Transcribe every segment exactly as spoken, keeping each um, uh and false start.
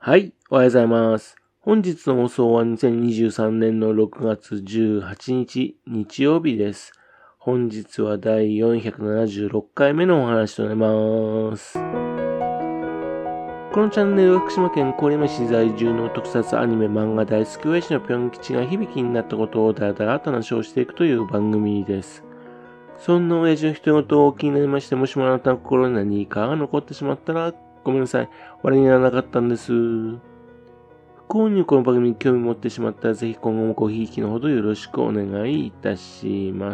はい、おはようございます。本日の放送はにせんにじゅうさんねんのろくがつじゅうはちにち、日曜日です。本日はだいよんひゃくななじゅうろっかいめのお話となります。このチャンネルは福島県郡山市在住の特撮アニメ漫画大好き親父のぴょん吉が響きになったことをだらだらと話をしていくという番組です。そんな親父の一言を気になりまして、もしもあなたの心に何かが残ってしまったらごめんなさい。我にならなかったんです。不幸にこの番組に興味持ってしまったら、ぜひ今後もごひいきのほどよろしくお願いいたします。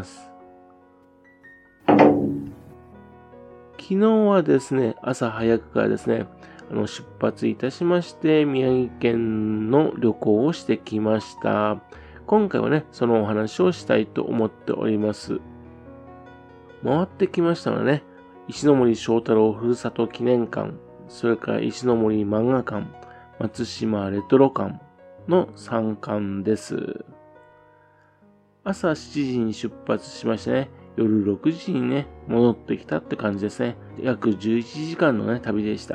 昨日はですね、朝早くからですね、あの出発いたしまして、宮城県の旅行をしてきました。今回はね、そのお話をしたいと思っております。回ってきましたのはね、石森章太郎ふるさと記念館、それから石森漫画館、松島レトロ館のさんかんです。朝しちじに出発しましてね、夜ろくじにね、戻ってきたって感じですね。約じゅういちじかんのね、旅でした。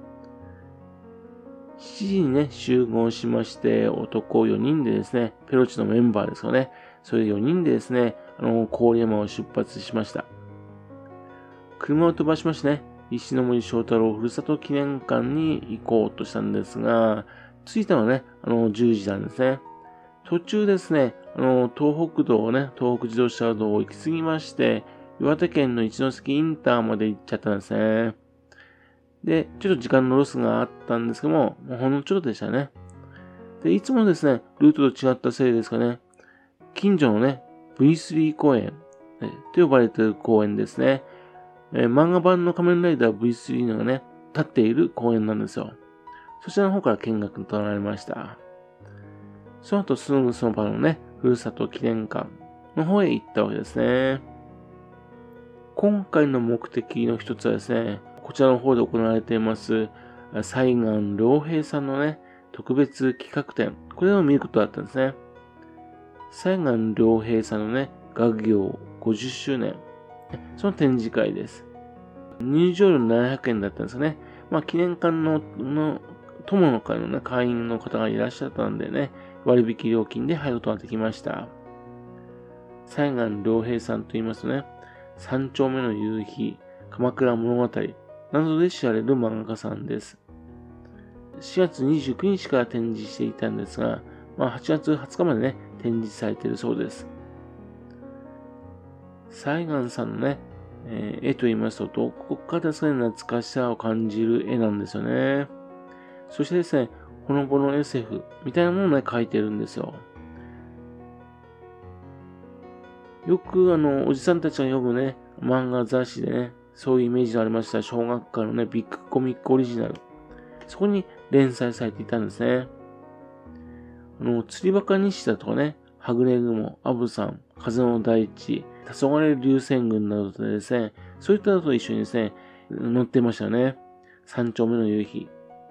しちじにね、集合しまして、男よにんでですね、ペロチのメンバーですかね、それよにんでですね、あの、郡山を出発しました。車を飛ばしましてね、石森章太郎ふるさと記念館に行こうとしたんですが、着いたのはね、あの、じゅうじなんですね。途中ですね、あの、東北道をね、東北自動車道を行き過ぎまして、岩手県の一関インターまで行っちゃったんですね。で、ちょっと時間のロスがあったんですけども、もうほんのちょっとでしたね。で、いつもですね、ルートと違ったせいですかね、近所のね、ブイスリー 公園、ね、と呼ばれている公園ですね。えー、漫画版の仮面ライダー ブイスリー のがね、立っている公園なんですよ。そちらの方から見学となりました。その後すぐその場のね、ふるさと記念館の方へ行ったわけですね。今回の目的の一つはですね、こちらの方で行われています、西岸良平さんのね、特別企画展、これを見ることだったんですね。西岸良平さんのね、学業ごじゅっしゅうねん、その展示会です。入場料ななひゃくえんだったんですよね。まあ、記念館の、の友の会のね、会員の方がいらっしゃったんでね、割引料金で入ることができました。西岸良平さんと言いますとね、三丁目の夕日、鎌倉物語などで知られる漫画家さんです。しがつにじゅうくにちから展示していたんですが、まあ、はちがつはつかまでね、展示されているそうです。西岸さんのね、えー、絵と言いますと、どこかですね、懐かしさを感じる絵なんですよね。そしてですね、ほのぼの エスエフ みたいなものをね、描いてるんですよ。よくあの、おじさんたちが読むね、漫画雑誌でね、そういうイメージのありました小学館のね、ビッグコミックオリジナル。そこに連載されていたんですね。あの、釣りバカ日誌だとかね、はぐれ雲、アブさん、風の大地、黄昏流星群などでですね、そういったのと一緒にですね、載ってましたね。三丁目の夕日。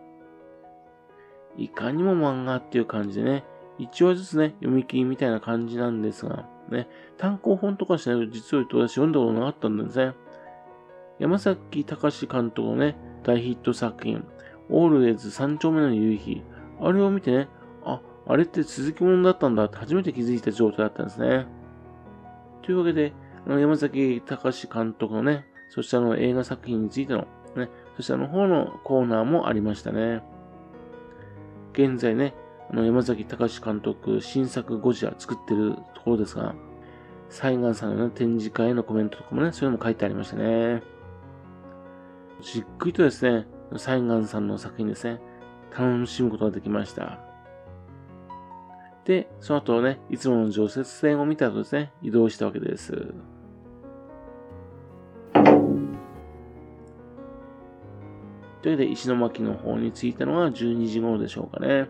いかにも漫画っていう感じでね、一話ずつね、読み切りみたいな感じなんですが、ね、単行本とかしないと実を言うと私読んだことなかったんですね。山崎隆監督のね、大ヒット作品、オールウェイズ三丁目の夕日。あれを見てね、あ、あれって続きものだったんだって初めて気づいた状態だったんですね。というわけで、あの山崎隆監督のね、そちらの映画作品についての、ね、そちらの方のコーナーもありましたね。現在ね、あの山崎隆監督、新作ゴジラ作ってるところですが、西岸さんの、ね、展示会へのコメントとかもね、そういうのも書いてありましたね。じっくりとですね、西岸さんの作品ですね、楽しむことができました。で、その後ね、いつもの常設展を見た後ですね、移動したわけです。というわけで、石巻の方に着いたのはじゅうにじ頃でしょうかね。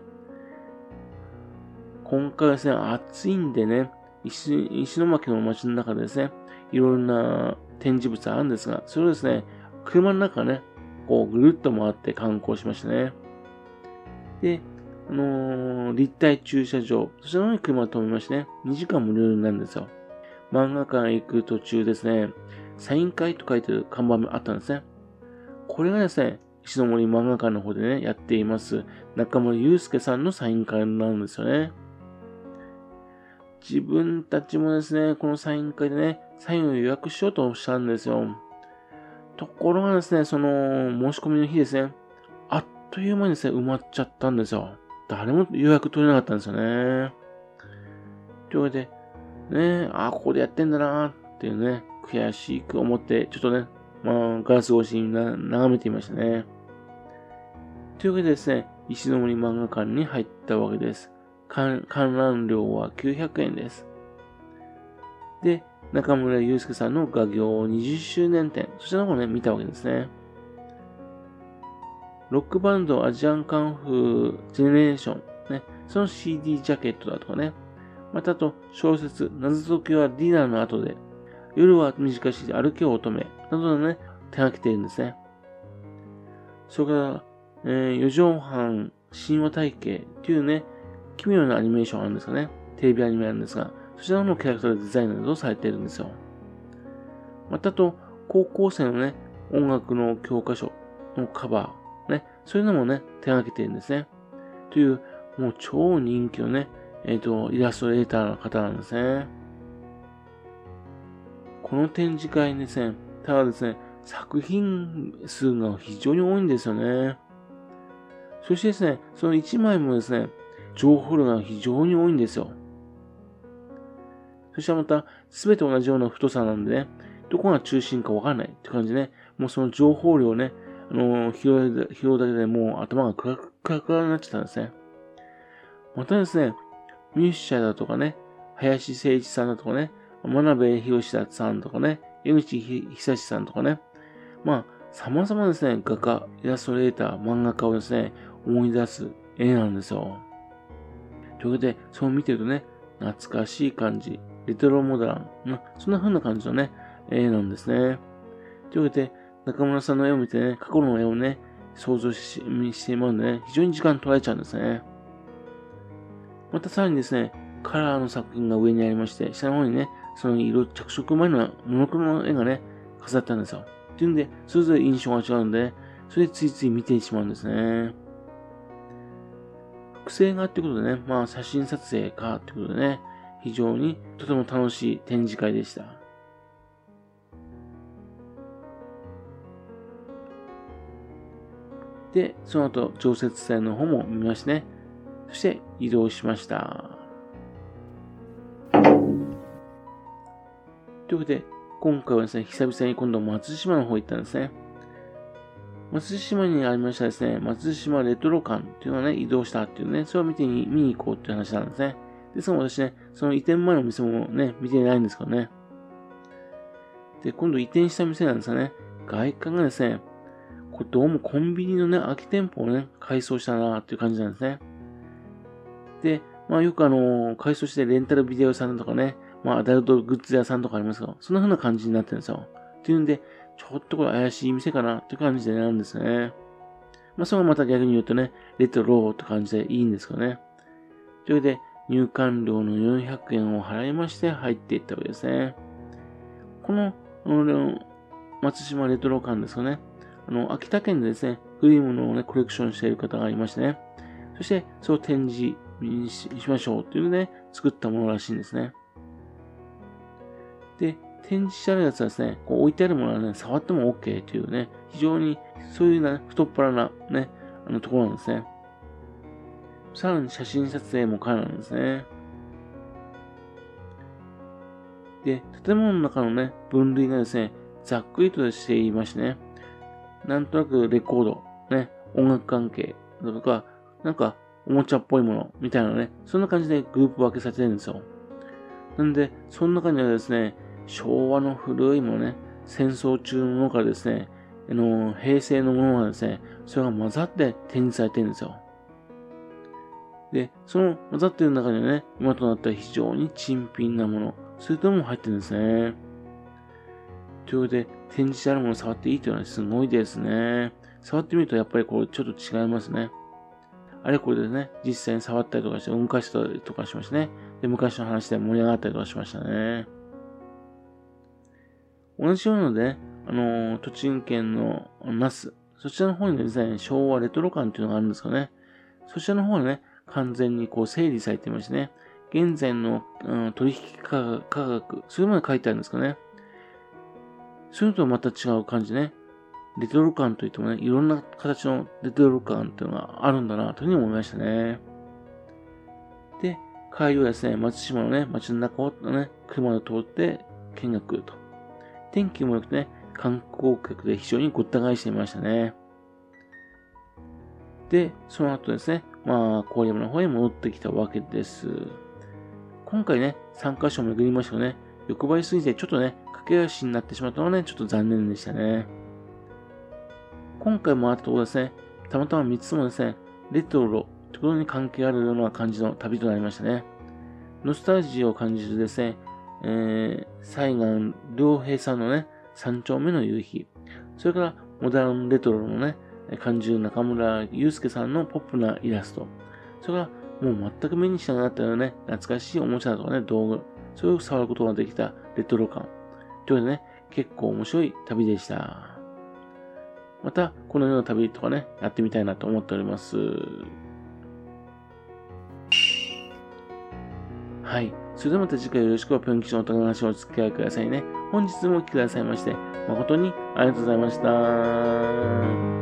今回はですね、暑いんでね、石石巻の街の中でですね、いろんな展示物あるんですが、それをですね、車の中ね、こうぐるっと回って観光しましたね。で、あのー、立体駐車場、そちらの方に車を止めましてね、にじかん無料になるんですよ。漫画館へ行く途中ですね、サイン会と書いてる看板もあったんですね。これがですね、 石森漫画館の方でね、やっています、中村祐介さんのサイン会なんですよね。自分たちもですね、このサイン会でね、サインを予約しようとしたんですよ。ところがですね、その申し込みの日ですね、あっという間にですね、埋まっちゃったんですよ。誰も予約取れなかったんですよね。というわけで、ね、あ、ここでやってんだなーっていうね、悔しく思って、ちょっとね、まあ、ガラス越しにな眺めていましたね。というわけでですね、石森漫画館に入ったわけです。観覧料はきゅうひゃくえんです。で、中村祐介さんの画業にじゅっしゅうねん展、そちらの方ね、見たわけですね。ロックバンドアジアンカンフージェネレーション、ね、その シーディー ジャケットだとかね、またと小説、謎解きはディナーの後で、夜は短し歩けを乙女、などのね、手掛けているんですね。それから、えー、四畳半神話体系というね、奇妙なアニメーションあるんですかね。テレビアニメなんですが、そちらのキャラクターデザインなどをされているんですよ。またと、高校生のね、音楽の教科書のカバー、ね、そういうのもね、手掛けているんですね。という、もう超人気のね、えっと、イラストレーターの方なんですね。この展示会にですね、ただですね、作品数が非常に多いんですよね。そしてですね、そのいちまいもですね、情報量が非常に多いんですよ。そしてまた、すべて同じような太さなんでね、どこが中心かわからないって感じでね、もうその情報量をね、あのー、拾拾うだけでもう頭がクラクラクラになっちゃったんですね。またですね、ミュージシャンだとかね、林誠一さんだとかね、真鍋博さんとかね、江口久志さんとかね、まあ、様々ですね、画家、イラストレーター、漫画家をですね、思い出す絵なんですよ。というわけで、そう見てるとね、懐かしい感じ、レトロモダン、なそんな風な感じのね、絵なんですね。というわけで、中村さんの絵を見てね、過去の絵をね、想像ししてもらうんでね、非常に時間取られちゃうんですね。またさらにですね、カラーの作品が上にありまして、下の方にね、その色着色前のモノクロの絵がね、飾ってあるんですよ。っていうんで、それぞれ印象が違うんで、それでついつい見てしまうんですね。複製画ってことでね、まあ写真撮影かってことでね、非常にとても楽しい展示会でした。で、その後、常設展の方も見ましてね、そして移動しました。というわけで、今回はですね、久々に今度松島の方行ったんですね。松島にありましたですね、松島レトロ館っていうのはね、移動したっていうね、それを見てに見に行こうっていう話なんですね。ですが私ね、その移転前の店もね、見てないんですけどね。で、今度移転した店なんですがね、外観がですね、これどうもコンビニのね、空き店舗をね、改装したなーっていう感じなんですね。で、まあよくあのー、改装してレンタルビデオ屋さんとかね、まあアダルトグッズ屋さんとかありますけど、そんな風な感じになってるんですよ。っていうんで、ちょっとこれ怪しい店かなっていう感じでなんですね。まあそれもまた逆に言うとね、レトロって感じでいいんですけどね。というわけで、入館料のよんひゃくえんを払いまして入っていったわけですね。この、あの、松島レトロ館ですかね。あの、秋田県でですね、古いものをね、コレクションしている方がいましてね。そして、それを展示しましょうっていうので、作ったものらしいんですね。で、展示してあるやつはですね、こう置いてあるものはね、触っても OK というね、非常にそういうね、太っ腹なね、あのところなんですね。さらに写真撮影も可能なんですね。で、建物の中のね、分類がですね、ざっくりとしていましてね、なんとなくレコード、ね、音楽関係だとか、なんかおもちゃっぽいものみたいなね、そんな感じでグループ分けされてるんですよ。なんで、その中にはですね、昭和の古いものね、戦争中のものからですね、あの、平成のものがですね、それが混ざって展示されてるんですよ。で、その混ざってる中にはね、今となったら非常に珍品なもの、そういったものも入ってるんですね。ということで、展示してあるものを触っていいというのはすごいですね。触ってみるとやっぱりこうちょっと違いますね。あれこれでね、実際に触ったりとかして、動かしたりとかしましたね。で、昔の話で盛り上がったりとかしましたね。同じようなので、あのー、栃木県の那須そちらの方にですね、昭和レトロ館っていうのがあるんですかね。そちらの方はね、完全にこう整理されていましてね、現在の、うん、取引価格、そういうものが書いてあるんですかね。そういうのとはまた違う感じね。レトロ感といってもね、いろんな形のレトロ感っていうのがあるんだな、というふうに思いましたね。で、帰りはですね、松島のね、街の中をね、車で通って見学と。天気も良くてね、観光客で非常にごった返していましたね。で、その後ですね、まあ、郡山の方へ戻ってきたわけです。今回ね、さんカ所巡りましたがね、欲張りすぎてちょっとね、駆け足になってしまったのはね、ちょっと残念でしたね。今回もあったところですね、たまたまみっつもですね、レトロということに関係あるような感じの旅となりましたね。ノスタルジーを感じるですね、えー、西岸良平さんのね、三丁目の夕日、それからモダンレトロのね、感じる中村祐介さんのポップなイラスト、それからもう全く目にしなくなったようなね、懐かしいおもちゃとかね、道具、それを触ることができたレトロ感。ということでね、結構面白い旅でした。また、このような旅とかね、やってみたいなと思っております。はい。それではまた次回よろしくぴょん吉のお話をお付き合いくださいね。本日もお聞きくださいまして、誠にありがとうございました。